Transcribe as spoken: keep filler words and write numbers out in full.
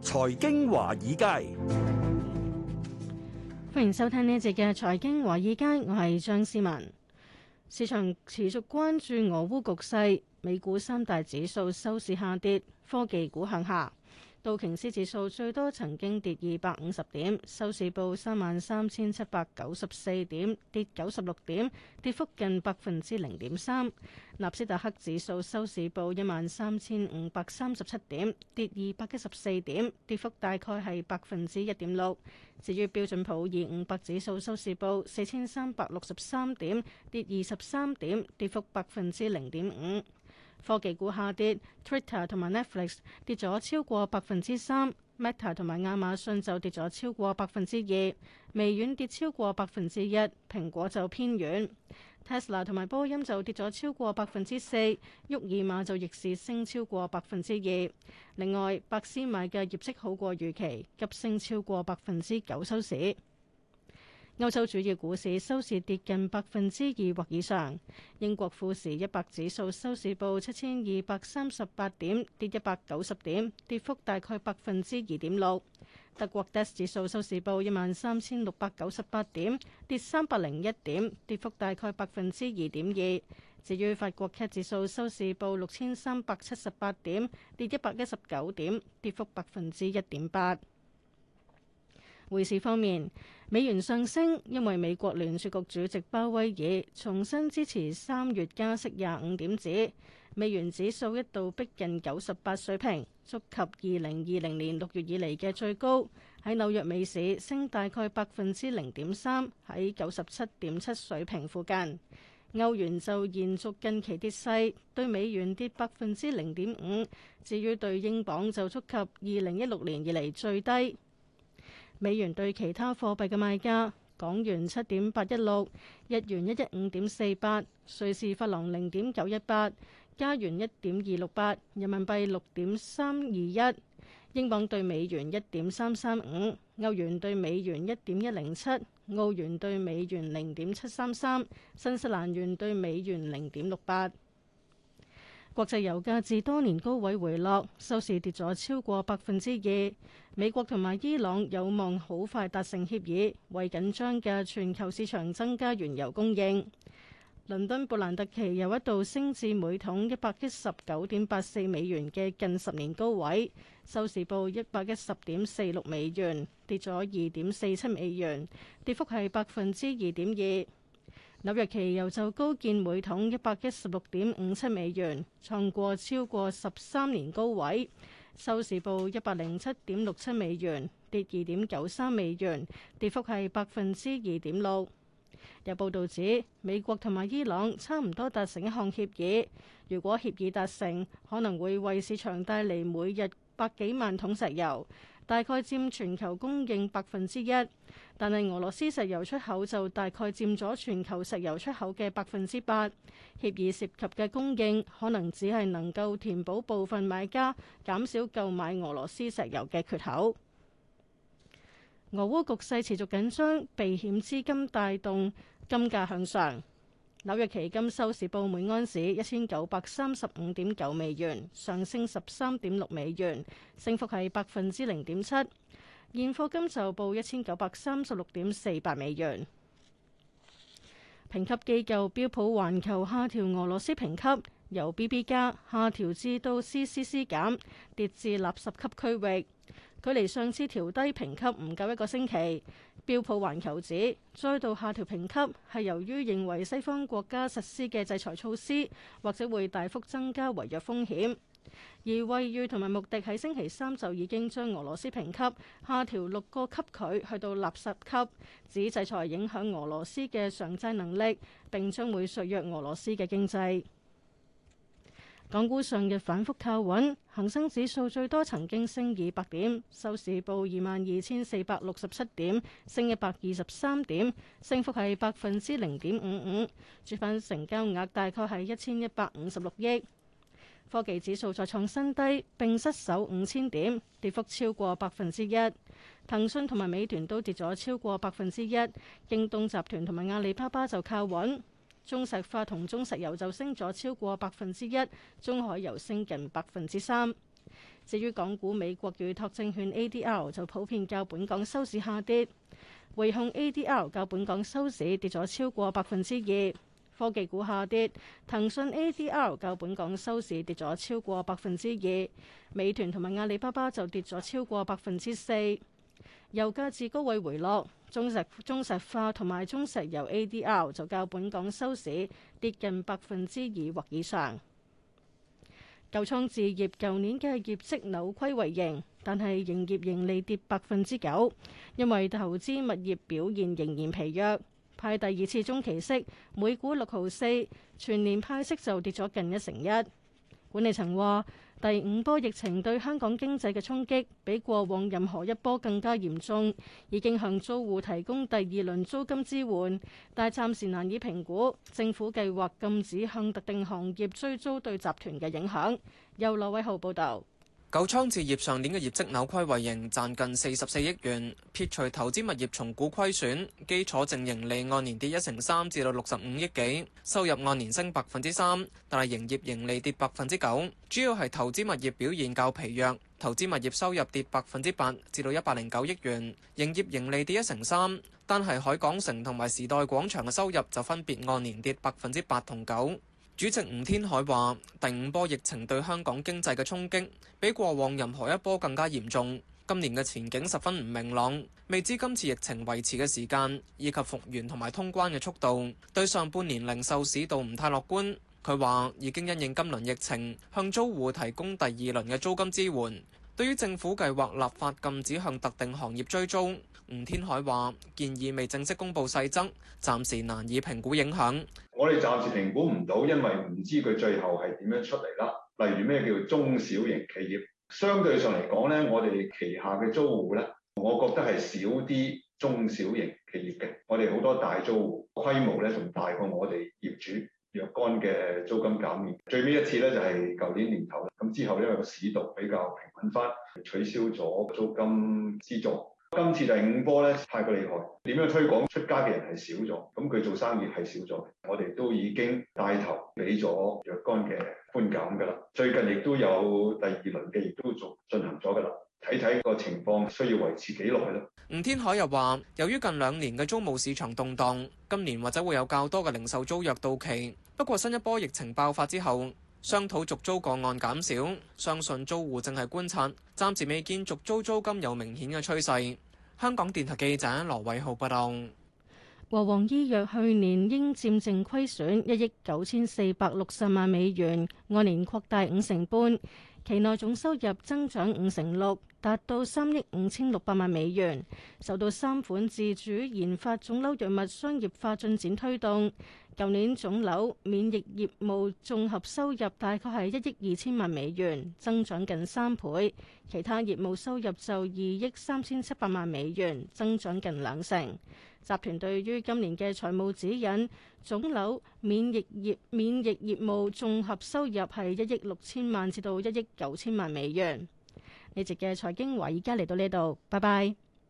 財經華爾街， 歡迎收聽呢一節嘅財經華爾街，我係張思文。市場持續關注俄烏局勢，美股三大指數收市下跌，科技股向下。道瓊斯指數最多曾經跌二百五十點，收市報三萬三千七百九十四點，跌九十六點，跌幅近百分之零點三。納斯達克指數收市報一萬三千五百三十七點，跌二百一十四點，跌幅大概係百分之一點六。至於標準普爾五百指數收市報四千三百六十三點，跌二十三點，跌幅百分之零點五。科技股下跌 ，Twitter 同埋 Netflix 跌咗超過百分之三 ，Meta 同埋亞馬遜就跌咗超過百分之二，微軟跌超過百分之一，蘋果就偏軟。Tesla 同埋波音就跌咗超過百分之四，沃爾瑪就逆市升超過百分之二。另外，百思買嘅業績好過預期，急升超過百分之九收市。歐洲主要股市收市跌近百分之二或以上。英國富時一百指數收市報七千二百三十八點，跌一百九十點，跌幅大概百分之二點六。德國 D A X 指數收市報一萬三千六百九十八點，跌三百零一點，跌幅大概百分之二點二。至於法國 C A C 指數收市報六千三百七十八點，跌一百一十九點，跌幅百分之一點八。匯市方面，美元上升，因為美國聯儲局主席鮑威爾重新支持三月加息廿五點子，美元指數一度逼近九十八水平，觸及二零二零年六月以嚟嘅最高。喺紐約美市升大概百分之零點三，喺九十七點七水平附近。歐元就延續近期跌勢，對美元跌百分之零點五，至於對英鎊就觸及二零一六年以嚟最低。美元對其他貨幣嘅賣價：港元七點八一六，日元一一五點四八，瑞士法郎零點九一八，加元一點二六八，人民幣六點三二一，英鎊對美元一點三三五，歐元對美元一點一零七，澳元對美元零點七三三，新西蘭元對美元零點六八。國際油價自多年高位回落，收市跌咗超過百分之二。美國同埋伊朗有望好快達成協議，為緊張嘅全球市場增加原油供應。倫敦布蘭特期油一度升至每桶一百一十九點八四美元嘅近十年高位，收市報一百一十點四六美元，跌咗二點四七美元，跌幅係百分之二點二。紐約期油就高見每桶一百一十六點五七美元，創過超過十三年高位，收市報一百零七點六七美元，跌二點九三美元，跌幅係百分之二點六。有報道指，美國同埋伊朗差唔多達成一項協議，如果協議達成，可能會為市場帶嚟每日百幾萬桶石油，大概佔全球供應百分之一。但係俄羅斯石油出口就大概佔咗全球石油出口嘅百分之八。協議涉及嘅供應可能只係能夠填補部分買家減少購買俄羅斯石油嘅缺口。俄烏局勢持續緊張，避險資金帶動金價向上。紐約期金收市報每安士一千九百三十五點九美元，上升十三點六美元，升幅係百分之零點七。現貨金就報一千九百三十六點四八美元。評級機構標普環球下調俄羅斯評級，由 B B 加下調至到 C C C 減，跌至垃圾級區域。距離上次調低評級唔夠一個星期。標普環球指再度下調評級係由於認為西方國家實施嘅制裁措施或者會大幅增加違約風險。而惠譽同埋穆迪喺星期三就已經將俄羅斯評級下調六個級距去到垃圾級，指制裁影響俄羅斯嘅償債能力，並將會削弱俄羅斯嘅經濟。港股上日反覆靠穩，恒生指數最多曾經升二百點，收市報二萬二千四百六十七點，升一百二十三點，升幅係百分之零點五五。主板成交額大概係一千一百五十六億。科技指數再創新低，並失守五千點，跌幅超過百分之一。騰訊同埋美團都跌咗超過百分之一，京東集團同埋阿里巴巴就靠穩。中石化同中石油就升咗超過百分之一，中海油升近百分之三。 至於港股美國預託證券 A D R 就普遍較本港收市下跌，匯控 A D R 較本港收市跌咗超過百分之二。科技股下跌，騰訊 A D R 較本港收市跌咗超過百分之二，美團同埋阿里巴巴就跌咗超過百分之四。油價自高位回落，中石中石化同埋中石油 A D R 就較本港收市跌近百分之二或以上。九倉置業舊年嘅業績扭虧為盈，但係營業盈利跌百分之九，因為投資物業表現仍然疲弱。派第二次中期息，每股六毫四，全年派息就跌咗近一成一。管理層話，第五波疫情對香港經濟嘅衝擊比過往任何一波更加嚴重，已經向租戶提供第二輪租金支援，但暫時難以評估政府計劃禁止向特定行業追租對集團嘅影響。由羅偉浩報導。 九倉置業上年嘅業績扭虧為盈，賺近四十四億元，撇除投資物業重估虧損，基礎淨盈利按年跌一成三，至到六十五億幾，收入按年升百分之三，但係營業盈利跌百分之九，主要係投資物業表現較疲弱，投資物業收入跌百分之八，至到一百零九億元，營業盈利跌一成三，但係海港城同埋時代廣場嘅收入就分別按年跌百分之八同九。主席吳天海話：第五波疫情對香港經濟嘅衝擊比過往任何一波更加嚴重，今年嘅前景十分唔明朗，未知今次疫情維持嘅時間以及復原同埋通關嘅速度，對上半年零售市道唔太樂觀。佢話已經因應今輪疫情，向租戶提供第二輪嘅租金支援。對於政府計劃立法禁止向特定行業追租，吳天海話建議未正式公布細則，暫時難以評估影響。 我哋暫時評估唔到，因為唔知佢最後係點樣出嚟啦。例如咩叫中小型企業，相對上嚟講咧，我哋旗下嘅租戶咧，我覺得係少啲中小型企業嘅。我哋好多大租戶規模咧，仲大過我哋業主若干嘅租金減免。最尾一次咧就係舊年年頭，咁之後因為個市道比較平穩翻，取消咗租金資助。今次第五波咧太過厲害，點樣推廣出街嘅人係少咗，咁佢做生意係少咗。我哋都已經帶頭俾咗若干嘅寬減㗎啦。最近亦都有第二輪嘅，亦都做進行咗㗎啦。睇睇個情況需要維持幾耐咯。 吳天海又話，由於近兩年嘅租務市場動盪，今年或者會有較多嘅零售租約到期。不過新一波疫情爆發之後，商討續租個案減少，相信租戶正係觀察，暫時未見續租租金有明顯嘅趨勢。香港電台記者羅偉浩報道。 和黃醫藥去年應佔淨虧損一億九千四百六十萬美元，按年擴大五成半。期內總收入增長五成六，達到三億五千六百萬美元，受到三款自主研發腫瘤藥物商業化進展推動。舊年腫瘤免疫業務綜合收入大概係一億二千萬美元，增長近三倍。其他業務收入就二億三千七百萬美元，增長近兩成。集團對於今年嘅財務指引，腫瘤免疫業免疫業務綜合收入係一億六千萬至到一億九千萬美元。呢節嘅財經華爾街嚟到呢度，拜拜。